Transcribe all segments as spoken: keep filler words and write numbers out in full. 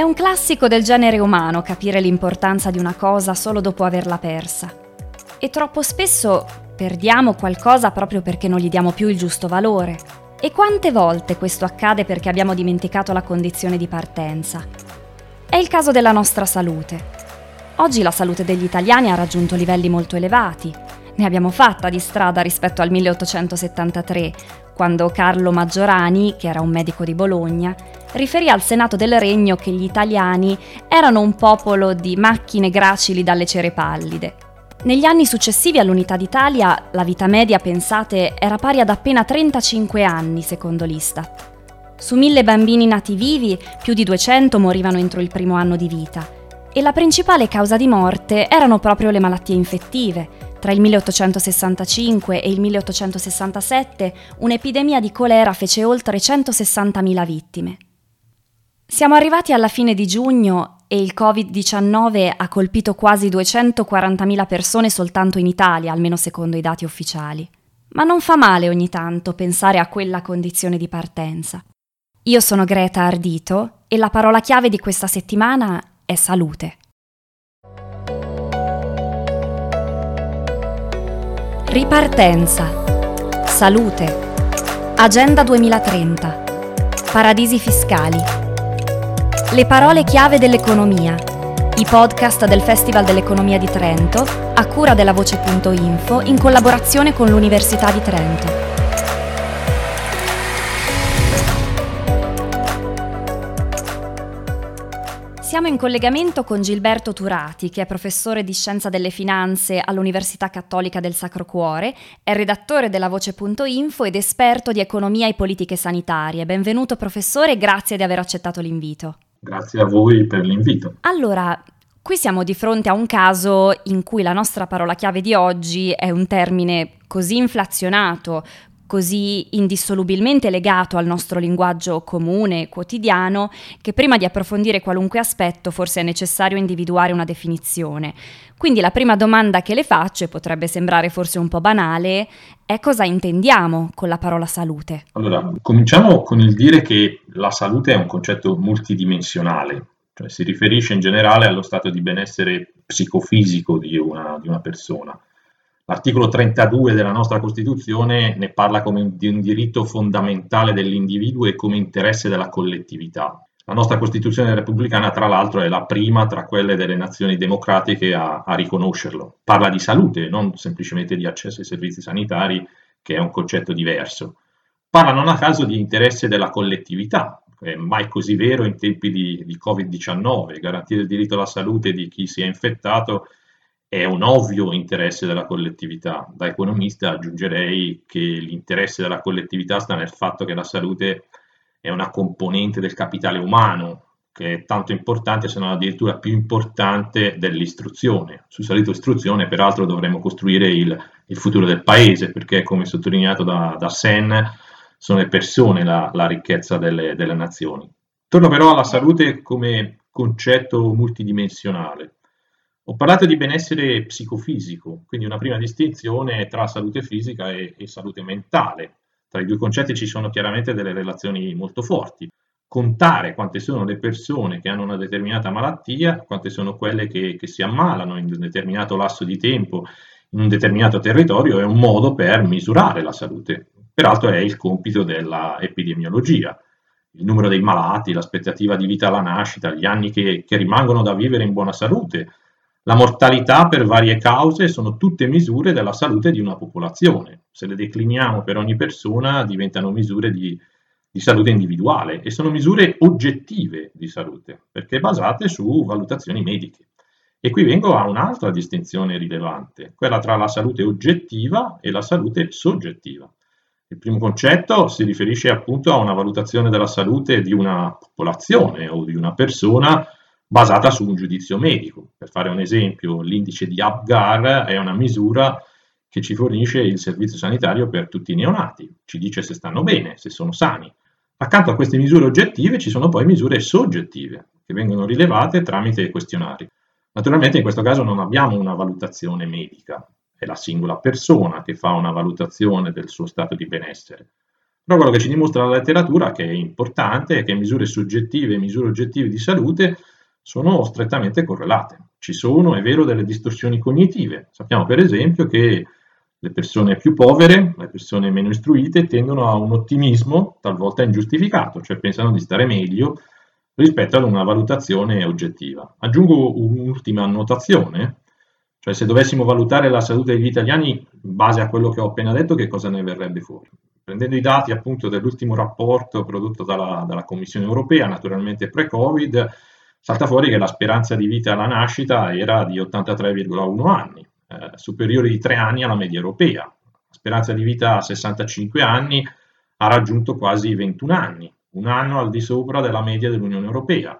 È un classico del genere umano capire l'importanza di una cosa solo dopo averla persa. E troppo spesso perdiamo qualcosa proprio perché non gli diamo più il giusto valore. E quante volte questo accade perché abbiamo dimenticato la condizione di partenza? È il caso della nostra salute. Oggi la salute degli italiani ha raggiunto livelli molto elevati. Ne abbiamo fatta di strada rispetto al milleottocentosettantatré, quando Carlo Maggiorani, che era un medico di Bologna, riferì al Senato del Regno che gli italiani erano un popolo di macchine gracili dalle cere pallide. Negli anni successivi all'Unità d'Italia, la vita media, pensate, era pari ad appena trentacinque anni, secondo l'Istat. Su mille bambini nati vivi, più di duecento morivano entro il primo anno di vita. E la principale causa di morte erano proprio le malattie infettive. Tra il milleottocentosessantacinque e il milleottocentosessantasette un'epidemia di colera fece oltre centosessantamila vittime. Siamo arrivati alla fine di giugno e il covid diciannove ha colpito quasi duecentoquarantamila persone soltanto in Italia, almeno secondo i dati ufficiali. Ma non fa male ogni tanto pensare a quella condizione di partenza. Io sono Greta Ardito e la parola chiave di questa settimana è salute. Ripartenza, salute, Agenda duemilatrenta, paradisi fiscali. Le parole chiave dell'economia, i podcast del Festival dell'Economia di Trento, a cura della Voce punto info in collaborazione con l'Università di Trento. Siamo in collegamento con Gilberto Turati, che è professore di Scienza delle Finanze all'Università Cattolica del Sacro Cuore, è redattore della Voce punto info ed esperto di economia e politiche sanitarie. Benvenuto professore e grazie di aver accettato l'invito. Grazie a voi per l'invito. Allora, qui siamo di fronte a un caso in cui la nostra parola chiave di oggi è un termine così inflazionato, così indissolubilmente legato al nostro linguaggio comune, quotidiano, che prima di approfondire qualunque aspetto forse è necessario individuare una definizione. Quindi la prima domanda che le faccio, e potrebbe sembrare forse un po' banale, è cosa intendiamo con la parola salute? Allora, cominciamo con il dire che la salute è un concetto multidimensionale, cioè si riferisce in generale allo stato di benessere psicofisico di una, di una persona. L'articolo trentadue della nostra Costituzione ne parla come di un diritto fondamentale dell'individuo e come interesse della collettività. La nostra Costituzione repubblicana, tra l'altro, è la prima tra quelle delle nazioni democratiche a, a riconoscerlo. Parla di salute, non semplicemente di accesso ai servizi sanitari, che è un concetto diverso. Parla non a caso di interesse della collettività, è mai così vero in tempi di, di covid diciannove. Garantire il diritto alla salute di chi si è infettato è un ovvio interesse della collettività. Da economista aggiungerei che l'interesse della collettività sta nel fatto che la salute è una componente del capitale umano, che è tanto importante, se non addirittura più importante dell'istruzione. Su salute e istruzione, peraltro, dovremmo costruire il, il futuro del paese, perché, come sottolineato da, da Sen, sono le persone la, la ricchezza delle, delle nazioni. Torno però alla salute come concetto multidimensionale. Ho parlato di benessere psicofisico, quindi una prima distinzione tra salute fisica e, e salute mentale. Tra i due concetti ci sono chiaramente delle relazioni molto forti. Contare quante sono le persone che hanno una determinata malattia, quante sono quelle che, che si ammalano in un determinato lasso di tempo, in un determinato territorio, è un modo per misurare la salute. Peraltro è il compito della epidemiologia. Il numero dei malati, l'aspettativa di vita alla nascita, gli anni che, che rimangono da vivere in buona salute, la mortalità per varie cause sono tutte misure della salute di una popolazione. Se le decliniamo per ogni persona diventano misure di, di salute individuale e sono misure oggettive di salute perché basate su valutazioni mediche. E qui vengo a un'altra distinzione rilevante, quella tra la salute oggettiva e la salute soggettiva. Il primo concetto si riferisce appunto a una valutazione della salute di una popolazione o di una persona basata su un giudizio medico. Per fare un esempio, l'indice di Apgar è una misura che ci fornisce il servizio sanitario per tutti i neonati, ci dice se stanno bene, se sono sani. Accanto a queste misure oggettive ci sono poi misure soggettive, che vengono rilevate tramite questionari. Naturalmente in questo caso non abbiamo una valutazione medica, è la singola persona che fa una valutazione del suo stato di benessere. Però quello che ci dimostra la letteratura che è importante è che misure soggettive e misure oggettive di salute sono strettamente correlate. Ci sono, è vero, delle distorsioni cognitive. Sappiamo per esempio che le persone più povere, le persone meno istruite, tendono a un ottimismo talvolta ingiustificato, cioè pensano di stare meglio rispetto ad una valutazione oggettiva. Aggiungo un'ultima annotazione, cioè se dovessimo valutare la salute degli italiani in base a quello che ho appena detto, che cosa ne verrebbe fuori? Prendendo i dati appunto dell'ultimo rapporto prodotto dalla, dalla Commissione europea, naturalmente pre-Covid, salta fuori che la speranza di vita alla nascita era di ottantatré virgola uno anni, eh, superiore di tre anni alla media europea. La speranza di vita a sessantacinque anni ha raggiunto quasi ventuno anni, un anno al di sopra della media dell'Unione Europea.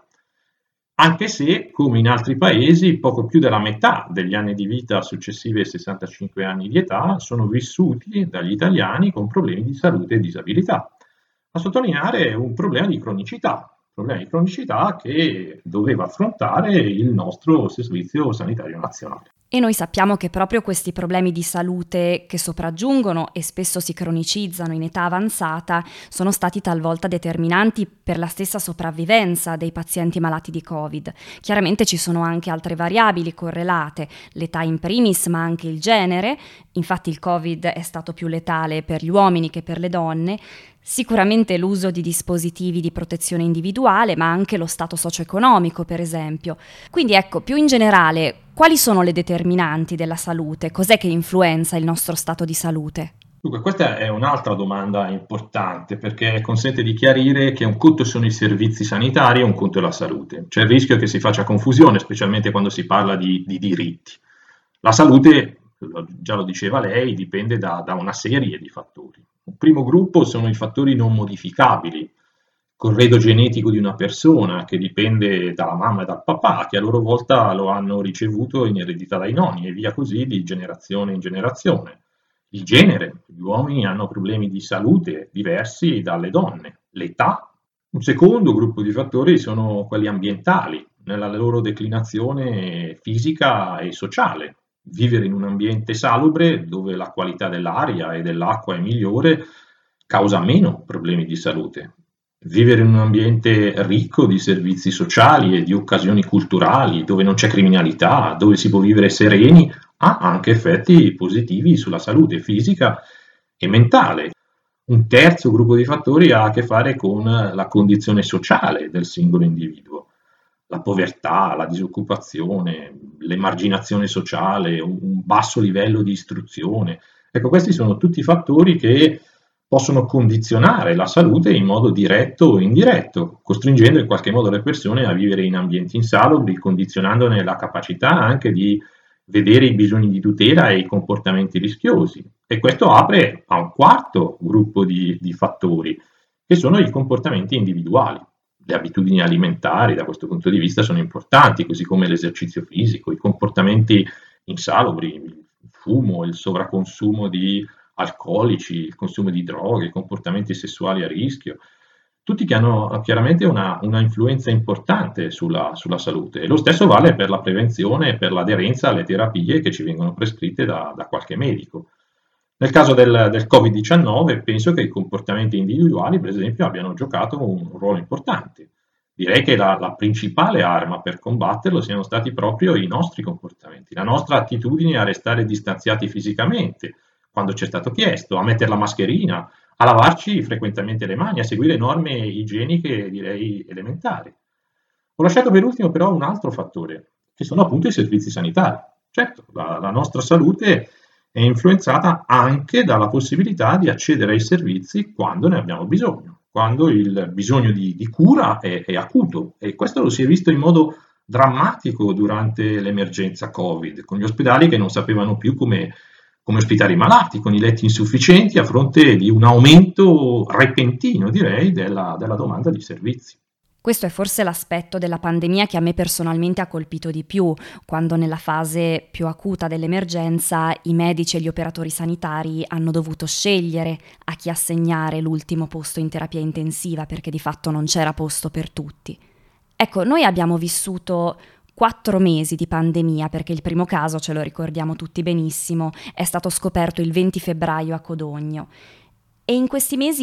Anche se, come in altri paesi, poco più della metà degli anni di vita successivi ai sessantacinque anni di età sono vissuti dagli italiani con problemi di salute e disabilità. A sottolineare un problema di cronicità, problema di cronicità che doveva affrontare il nostro Servizio Sanitario Nazionale. E noi sappiamo che proprio questi problemi di salute che sopraggiungono e spesso si cronicizzano in età avanzata sono stati talvolta determinanti per la stessa sopravvivenza dei pazienti malati di Covid. Chiaramente ci sono anche altre variabili correlate, l'età in primis ma anche il genere, infatti il Covid è stato più letale per gli uomini che per le donne, sicuramente l'uso di dispositivi di protezione individuale, ma anche lo stato socio-economico, per esempio. Quindi ecco, più in generale, quali sono le determinanti della salute? Cos'è che influenza il nostro stato di salute? Dunque, questa è un'altra domanda importante perché consente di chiarire che un conto sono i servizi sanitari e un conto è la salute. C'è il rischio che si faccia confusione, specialmente quando si parla di, di diritti. La salute, già lo diceva lei, dipende da, da una serie di fattori. Un primo gruppo sono i fattori non modificabili, corredo genetico di una persona che dipende dalla mamma e dal papà, che a loro volta lo hanno ricevuto in eredità dai nonni e via così di generazione in generazione. Il genere, gli uomini hanno problemi di salute diversi dalle donne. L'età. Un secondo gruppo di fattori sono quelli ambientali, nella loro declinazione fisica e sociale. Vivere in un ambiente salubre dove la qualità dell'aria e dell'acqua è migliore causa meno problemi di salute. Vivere in un ambiente ricco di servizi sociali e di occasioni culturali, dove non c'è criminalità, dove si può vivere sereni, ha anche effetti positivi sulla salute fisica e mentale. Un terzo gruppo di fattori ha a che fare con la condizione sociale del singolo individuo. La povertà, la disoccupazione, l'emarginazione sociale, un basso livello di istruzione. Ecco, questi sono tutti fattori che possono condizionare la salute in modo diretto o indiretto, costringendo in qualche modo le persone a vivere in ambienti insalubri, condizionandone la capacità anche di vedere i bisogni di tutela e i comportamenti rischiosi. E questo apre a un quarto gruppo di, di fattori, che sono i comportamenti individuali. Le abitudini alimentari da questo punto di vista sono importanti, così come l'esercizio fisico, i comportamenti insalubri, il fumo, il sovraconsumo di alcolici, il consumo di droghe, i comportamenti sessuali a rischio, tutti che hanno chiaramente una, una influenza importante sulla, sulla salute. E lo stesso vale per la prevenzione e per l'aderenza alle terapie che ci vengono prescritte da, da qualche medico. Nel caso del, del covid diciannove penso che i comportamenti individuali, per esempio, abbiano giocato un ruolo importante. Direi che la, la principale arma per combatterlo siano stati proprio i nostri comportamenti, la nostra attitudine a restare distanziati fisicamente, quando ci è stato chiesto, a mettere la mascherina, a lavarci frequentemente le mani, a seguire norme igieniche, direi, elementari. Ho lasciato per ultimo però un altro fattore, che sono appunto i servizi sanitari. Certo, la, la nostra salute è influenzata anche dalla possibilità di accedere ai servizi quando ne abbiamo bisogno, quando il bisogno di, di cura è, è acuto, e questo lo si è visto in modo drammatico durante l'emergenza Covid, con gli ospedali che non sapevano più come, come ospitare i malati, con i letti insufficienti a fronte di un aumento repentino, direi, della, della domanda di servizi. Questo è forse l'aspetto della pandemia che a me personalmente ha colpito di più, quando nella fase più acuta dell'emergenza i medici e gli operatori sanitari hanno dovuto scegliere a chi assegnare l'ultimo posto in terapia intensiva, perché di fatto non c'era posto per tutti. Ecco, noi abbiamo vissuto quattro mesi di pandemia, perché il primo caso, ce lo ricordiamo tutti benissimo, è stato scoperto il venti febbraio a Codogno. E in questi mesi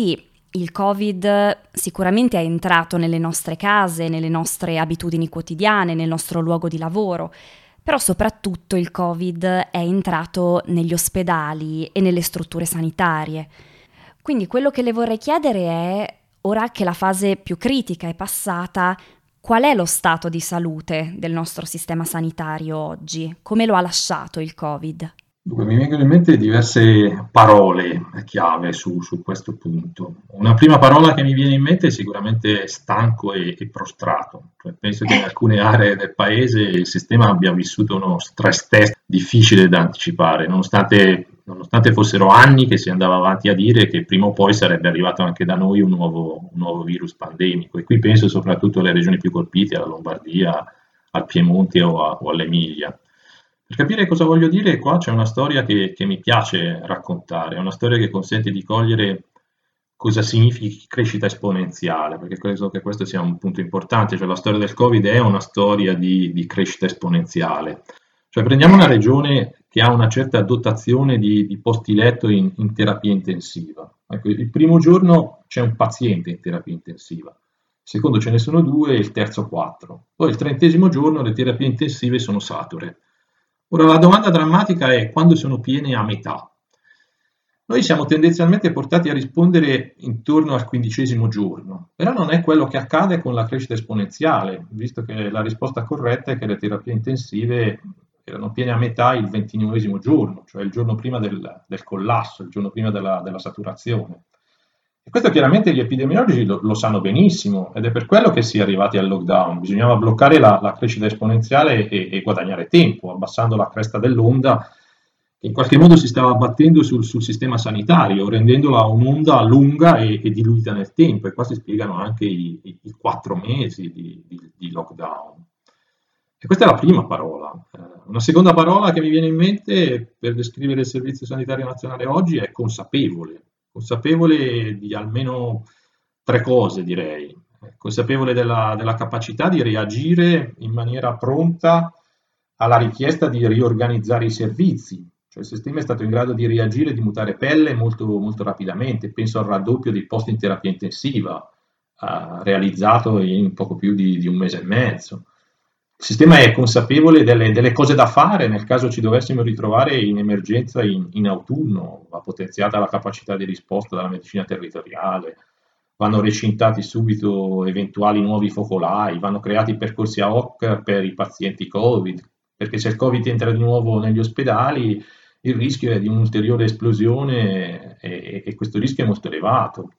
Il Covid sicuramente è entrato nelle nostre case, nelle nostre abitudini quotidiane, nel nostro luogo di lavoro, però soprattutto il Covid è entrato negli ospedali e nelle strutture sanitarie. Quindi quello che le vorrei chiedere è, ora che la fase più critica è passata, qual è lo stato di salute del nostro sistema sanitario oggi? Come lo ha lasciato il Covid? Dunque, mi vengono in mente diverse parole chiave su, su questo punto. Una prima parola che mi viene in mente è sicuramente stanco e, e prostrato. Cioè, penso che in alcune aree del paese il sistema abbia vissuto uno stress test difficile da anticipare, nonostante, nonostante fossero anni che si andava avanti a dire che prima o poi sarebbe arrivato anche da noi un nuovo, un nuovo virus pandemico. E qui penso soprattutto alle regioni più colpite, alla Lombardia, al Piemonte o, a, o all'Emilia. Per capire cosa voglio dire, qua c'è una storia che, che mi piace raccontare, è una storia che consente di cogliere cosa significhi crescita esponenziale, perché credo che questo sia un punto importante, cioè la storia del Covid è una storia di, di crescita esponenziale. Cioè prendiamo una regione che ha una certa dotazione di, di posti letto in, in terapia intensiva. Ecco, il primo giorno c'è un paziente in terapia intensiva, il secondo ce ne sono due e il terzo quattro. Poi il trentesimo giorno le terapie intensive sono sature. Ora la domanda drammatica è quando sono piene a metà. Noi siamo tendenzialmente portati a rispondere intorno al quindicesimo giorno, però non è quello che accade con la crescita esponenziale, visto che la risposta corretta è che le terapie intensive erano piene a metà il ventinovesimo giorno, cioè il giorno prima del, del collasso, il giorno prima della, della saturazione. E questo chiaramente gli epidemiologi lo, lo sanno benissimo ed è per quello che si è arrivati al lockdown. Bisognava bloccare la, la crescita esponenziale e, e guadagnare tempo, abbassando la cresta dell'onda che in qualche modo si stava abbattendo sul, sul sistema sanitario, rendendola un'onda lunga e, e diluita nel tempo. E qua si spiegano anche i, i, i quattro mesi di, di, di lockdown. E questa è la prima parola. Eh, una seconda parola che mi viene in mente per descrivere il Servizio Sanitario Nazionale oggi è consapevole. Consapevole di almeno tre cose, direi. Consapevole della, della capacità di reagire in maniera pronta alla richiesta di riorganizzare i servizi. Cioè il sistema è stato in grado di reagire e di mutare pelle molto, molto rapidamente. Penso al raddoppio dei posti in terapia intensiva, eh, realizzato in poco più di, di un mese e mezzo. Il sistema è consapevole delle, delle cose da fare nel caso ci dovessimo ritrovare in emergenza in, in autunno, va potenziata la capacità di risposta della medicina territoriale, vanno recintati subito eventuali nuovi focolai, vanno creati percorsi ad hoc per i pazienti Covid, perché se il Covid entra di nuovo negli ospedali il rischio è di un'ulteriore esplosione e, e questo rischio è molto elevato.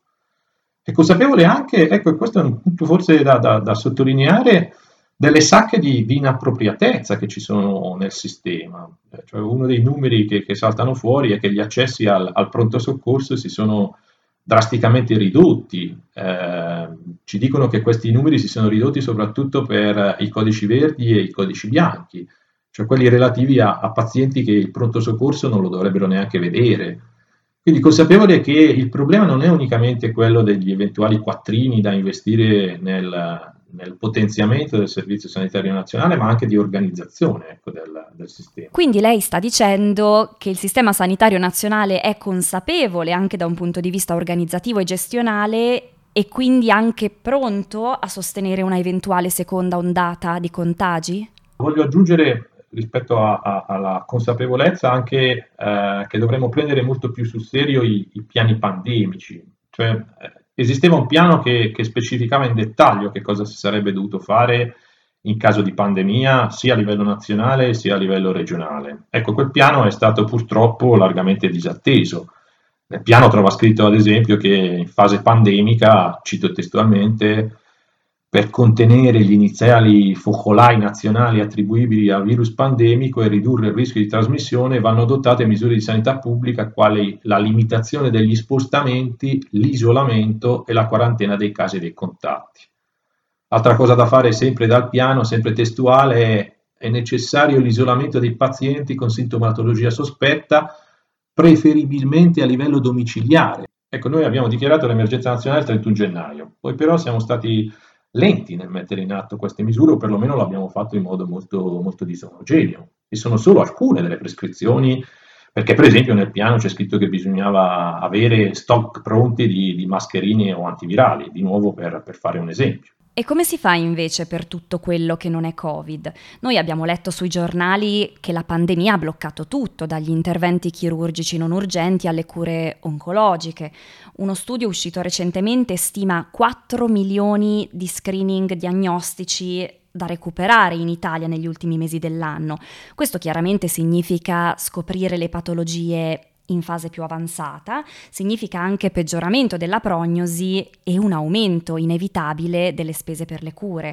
È consapevole anche, ecco, questo è un punto forse da, da, da sottolineare, delle sacche di, di inappropriatezza che ci sono nel sistema. Cioè, uno dei numeri che, che saltano fuori è che gli accessi al, al pronto soccorso si sono drasticamente ridotti. Eh, ci dicono che questi numeri si sono ridotti soprattutto per i codici verdi e i codici bianchi, cioè quelli relativi a, a pazienti che il pronto soccorso non lo dovrebbero neanche vedere. Quindi consapevole che il problema non è unicamente quello degli eventuali quattrini da investire nel, nel potenziamento del Servizio Sanitario Nazionale, ma anche di organizzazione, ecco, del, del sistema. Quindi lei sta dicendo che il Sistema Sanitario Nazionale è consapevole anche da un punto di vista organizzativo e gestionale e quindi anche pronto a sostenere una eventuale seconda ondata di contagi? Voglio aggiungere rispetto a, a, alla consapevolezza anche eh, che dovremmo prendere molto più sul serio i, i piani pandemici, cioè eh, esisteva un piano che, che specificava in dettaglio che cosa si sarebbe dovuto fare in caso di pandemia sia a livello nazionale sia a livello regionale. Ecco, quel piano è stato purtroppo largamente disatteso. Nel piano trova scritto ad esempio che in fase pandemica, cito testualmente, per contenere gli iniziali focolai nazionali attribuibili al virus pandemico e ridurre il rischio di trasmissione vanno adottate misure di sanità pubblica quali la limitazione degli spostamenti, l'isolamento e la quarantena dei casi e dei contatti. Altra cosa da fare sempre dal piano, sempre testuale, è, è necessario l'isolamento dei pazienti con sintomatologia sospetta, preferibilmente a livello domiciliare. Ecco, noi abbiamo dichiarato l'emergenza nazionale il trentuno gennaio, poi però siamo stati lenti nel mettere in atto queste misure, o perlomeno l'abbiamo fatto in modo molto, molto disomogeneo. E sono solo alcune delle prescrizioni perché per esempio nel piano c'è scritto che bisognava avere stock pronti di, di mascherine o antivirali, di nuovo per, per fare un esempio. E come si fa invece per tutto quello che non è Covid? Noi abbiamo letto sui giornali che la pandemia ha bloccato tutto, dagli interventi chirurgici non urgenti alle cure oncologiche. Uno studio uscito recentemente stima quattro milioni di screening diagnostici da recuperare in Italia negli ultimi mesi dell'anno. Questo chiaramente significa scoprire le patologie in fase più avanzata, significa anche peggioramento della prognosi e un aumento inevitabile delle spese per le cure.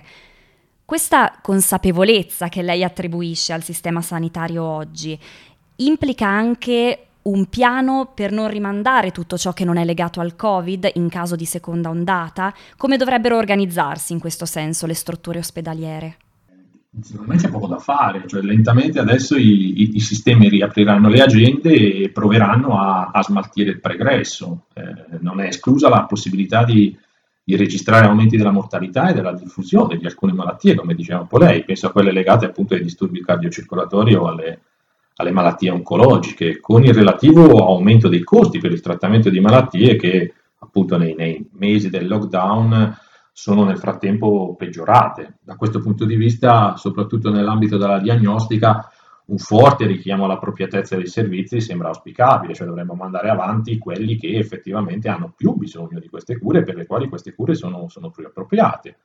Questa consapevolezza che lei attribuisce al sistema sanitario oggi implica anche un piano per non rimandare tutto ciò che non è legato al Covid in caso di seconda ondata? Come dovrebbero organizzarsi in questo senso le strutture ospedaliere? Secondo me c'è poco da fare, cioè lentamente adesso i, i- i sistemi riapriranno le agende e proveranno a, a smaltire il pregresso. Eh, non è esclusa la possibilità di, di registrare aumenti della mortalità e della diffusione di alcune malattie, come diceva un po' lei, penso a quelle legate appunto ai disturbi cardiocircolatori o alle, alle malattie oncologiche, con il relativo aumento dei costi per il trattamento di malattie che appunto nei, nei mesi del lockdown sono nel frattempo peggiorate. Da questo punto di vista, soprattutto nell'ambito della diagnostica, un forte richiamo all'appropriatezza dei servizi sembra auspicabile, cioè dovremmo mandare avanti quelli che effettivamente hanno più bisogno di queste cure, per le quali queste cure sono, sono più appropriate.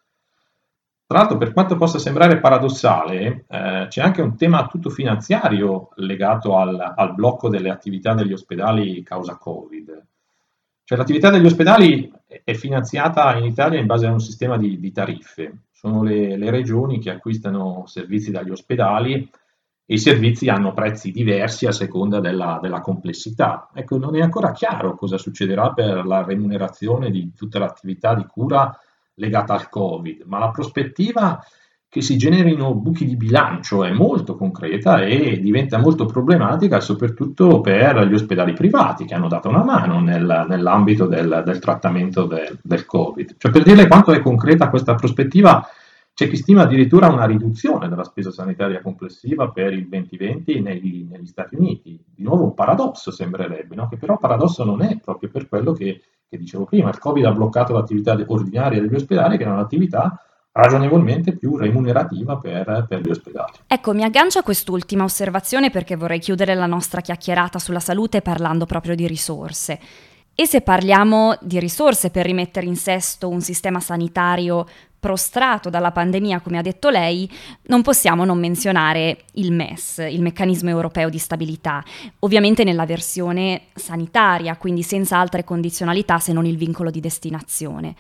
Tra l'altro, per quanto possa sembrare paradossale, eh, c'è anche un tema tutto finanziario legato al, al blocco delle attività degli ospedali causa Covid. Cioè l'attività degli ospedali è finanziata in Italia in base a un sistema di, di tariffe. Sono le, le regioni che acquistano servizi dagli ospedali e i servizi hanno prezzi diversi a seconda della, della complessità. Ecco, non è ancora chiaro cosa succederà per la remunerazione di tutta l'attività di cura legata al Covid, ma la prospettiva che si generino buchi di bilancio è molto concreta e diventa molto problematica soprattutto per gli ospedali privati che hanno dato una mano nel, nell'ambito del, del trattamento del, del Covid. Cioè, per dirle quanto è concreta questa prospettiva, c'è chi stima addirittura una riduzione della spesa sanitaria complessiva per il duemilaventi negli, negli Stati Uniti. Di nuovo un paradosso sembrerebbe, no? Che però paradosso non è, proprio per quello che, che dicevo prima. Il Covid ha bloccato l'attività ordinaria degli ospedali, che era un'attività ragionevolmente più remunerativa per, per gli ospedali. Ecco, mi aggancio a quest'ultima osservazione perché vorrei chiudere la nostra chiacchierata sulla salute parlando proprio di risorse. E se parliamo di risorse per rimettere in sesto un sistema sanitario prostrato dalla pandemia, come ha detto lei, non possiamo non menzionare il M E S, il Meccanismo Europeo di Stabilità, ovviamente nella versione sanitaria, quindi senza altre condizionalità se non il vincolo di destinazione.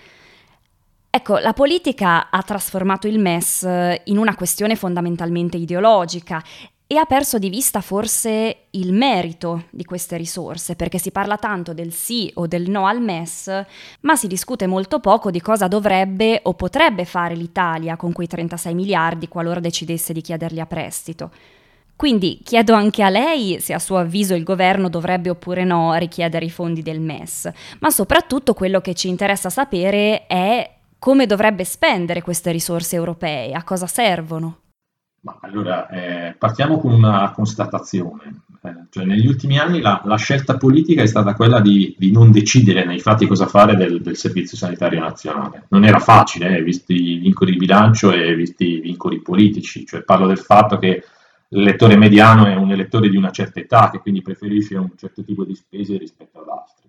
Ecco, la politica ha trasformato il M E S in una questione fondamentalmente ideologica e ha perso di vista forse il merito di queste risorse, perché si parla tanto del sì o del no al M E S, ma si discute molto poco di cosa dovrebbe o potrebbe fare l'Italia con quei trentasei miliardi qualora decidesse di chiederli a prestito. Quindi chiedo anche a lei se a suo avviso il governo dovrebbe oppure no richiedere i fondi del M E S, ma soprattutto quello che ci interessa sapere è come dovrebbe spendere queste risorse europee, a cosa servono. Ma allora, eh, partiamo con una constatazione. Eh, cioè, negli ultimi anni la, la scelta politica è stata quella di, di non decidere nei fatti cosa fare del, del Servizio Sanitario Nazionale. Non era facile, eh, visti i vincoli di bilancio e visti i vincoli politici. Cioè, parlo del fatto che l'elettore mediano è un elettore di una certa età, che quindi preferisce un certo tipo di spese rispetto ad altri.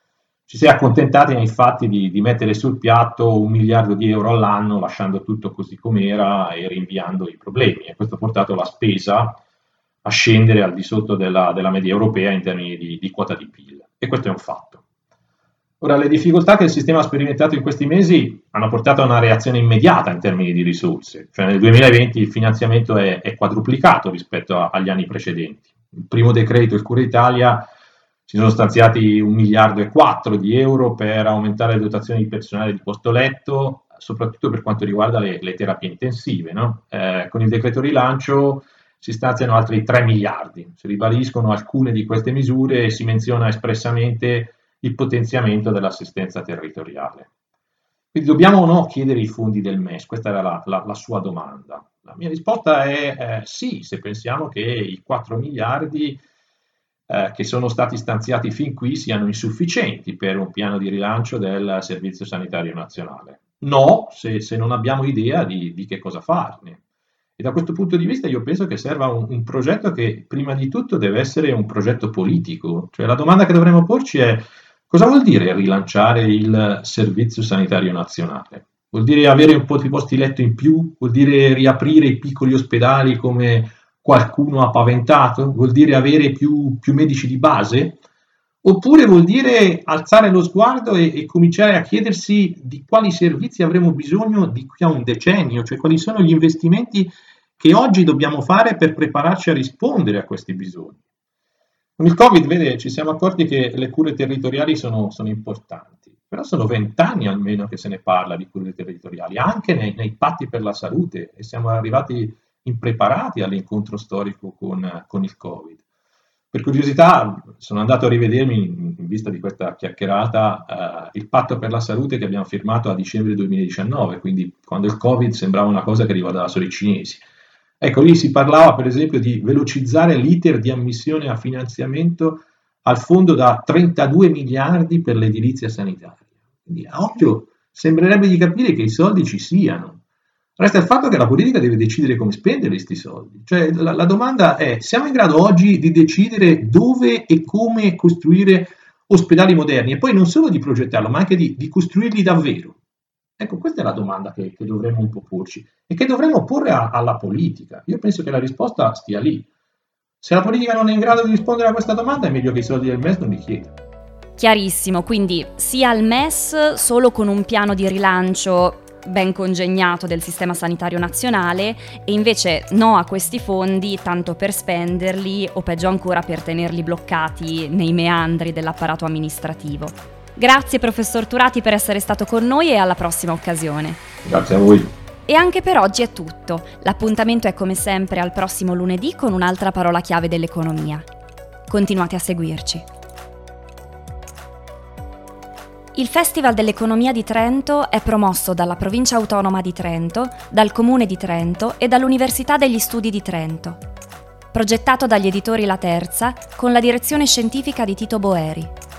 Ci si è accontentati nei fatti di, di mettere sul piatto un miliardo di euro all'anno, lasciando tutto così com'era e rinviando i problemi. E questo ha portato la spesa a scendere al di sotto della, della media europea in termini di, di quota di P I L. E questo è un fatto. Ora, le difficoltà che il sistema ha sperimentato in questi mesi hanno portato a una reazione immediata in termini di risorse. Cioè nel duemilaventi il finanziamento è, è quadruplicato rispetto a, agli anni precedenti. Il primo decreto, il Cura Italia, si sono stanziati un miliardo e quattro di euro per aumentare le dotazioni di personale di posto letto, soprattutto per quanto riguarda le, le terapie intensive. No? Eh, con il decreto rilancio si stanziano altri tre miliardi, si ribadiscono alcune di queste misure e si menziona espressamente il potenziamento dell'assistenza territoriale. Quindi dobbiamo o no chiedere i fondi del M E S? Questa era la, la, la sua domanda. La mia risposta è eh, sì, se pensiamo che i quattro miliardi eh, che sono stati stanziati fin qui siano insufficienti per un piano di rilancio del Servizio Sanitario Nazionale. No, se, se non abbiamo idea di, di che cosa farne. E da questo punto di vista io penso che serva un, un progetto che prima di tutto deve essere un progetto politico. Cioè la domanda che dovremmo porci è: cosa vuol dire rilanciare il Servizio Sanitario Nazionale? Vuol dire avere un po' di posti letto in più? Vuol dire riaprire i piccoli ospedali come qualcuno ha paventato? Vuol dire avere più, più medici di base? Oppure vuol dire alzare lo sguardo e, e cominciare a chiedersi di quali servizi avremo bisogno di qui a un decennio, cioè quali sono gli investimenti che oggi dobbiamo fare per prepararci a rispondere a questi bisogni. Con il Covid, vede, ci siamo accorti che le cure territoriali sono, sono importanti, però sono vent'anni almeno che se ne parla di cure territoriali, anche nei, nei patti per la salute, e siamo arrivati impreparati all'incontro storico con, con il Covid. Per curiosità sono andato a rivedermi, in, in vista di questa chiacchierata, eh, il patto per la salute che abbiamo firmato a dicembre duemiladiciannove, quindi quando il Covid sembrava una cosa che riguardava solo i cinesi. Ecco, lì si parlava per esempio di velocizzare l'iter di ammissione a finanziamento al fondo da trentadue miliardi per l'edilizia sanitaria. Quindi a occhio sembrerebbe di capire che i soldi ci siano. Resta il fatto che la politica deve decidere come spendere questi soldi. Cioè la, la domanda è: siamo in grado oggi di decidere dove e come costruire ospedali moderni, e poi non solo di progettarlo, ma anche di, di costruirli davvero? Ecco, questa è la domanda che, che dovremmo un po' porci e che dovremmo porre a, alla politica. Io penso che la risposta stia lì. Se la politica non è in grado di rispondere a questa domanda, è meglio che i soldi del M E S non li chieda. Chiarissimo, quindi sia al M E S solo con un piano di rilancio ben congegnato del sistema sanitario nazionale, e invece no a questi fondi tanto per spenderli o peggio ancora per tenerli bloccati nei meandri dell'apparato amministrativo. Grazie professor Turati per essere stato con noi e alla prossima occasione. Grazie a voi. E anche per oggi è tutto. L'appuntamento è come sempre al prossimo lunedì con un'altra parola chiave dell'economia. Continuate a seguirci. Il Festival dell'Economia di Trento è promosso dalla Provincia Autonoma di Trento, dal Comune di Trento e dall'Università degli Studi di Trento. Progettato dagli editori La Terza con la direzione scientifica di Tito Boeri.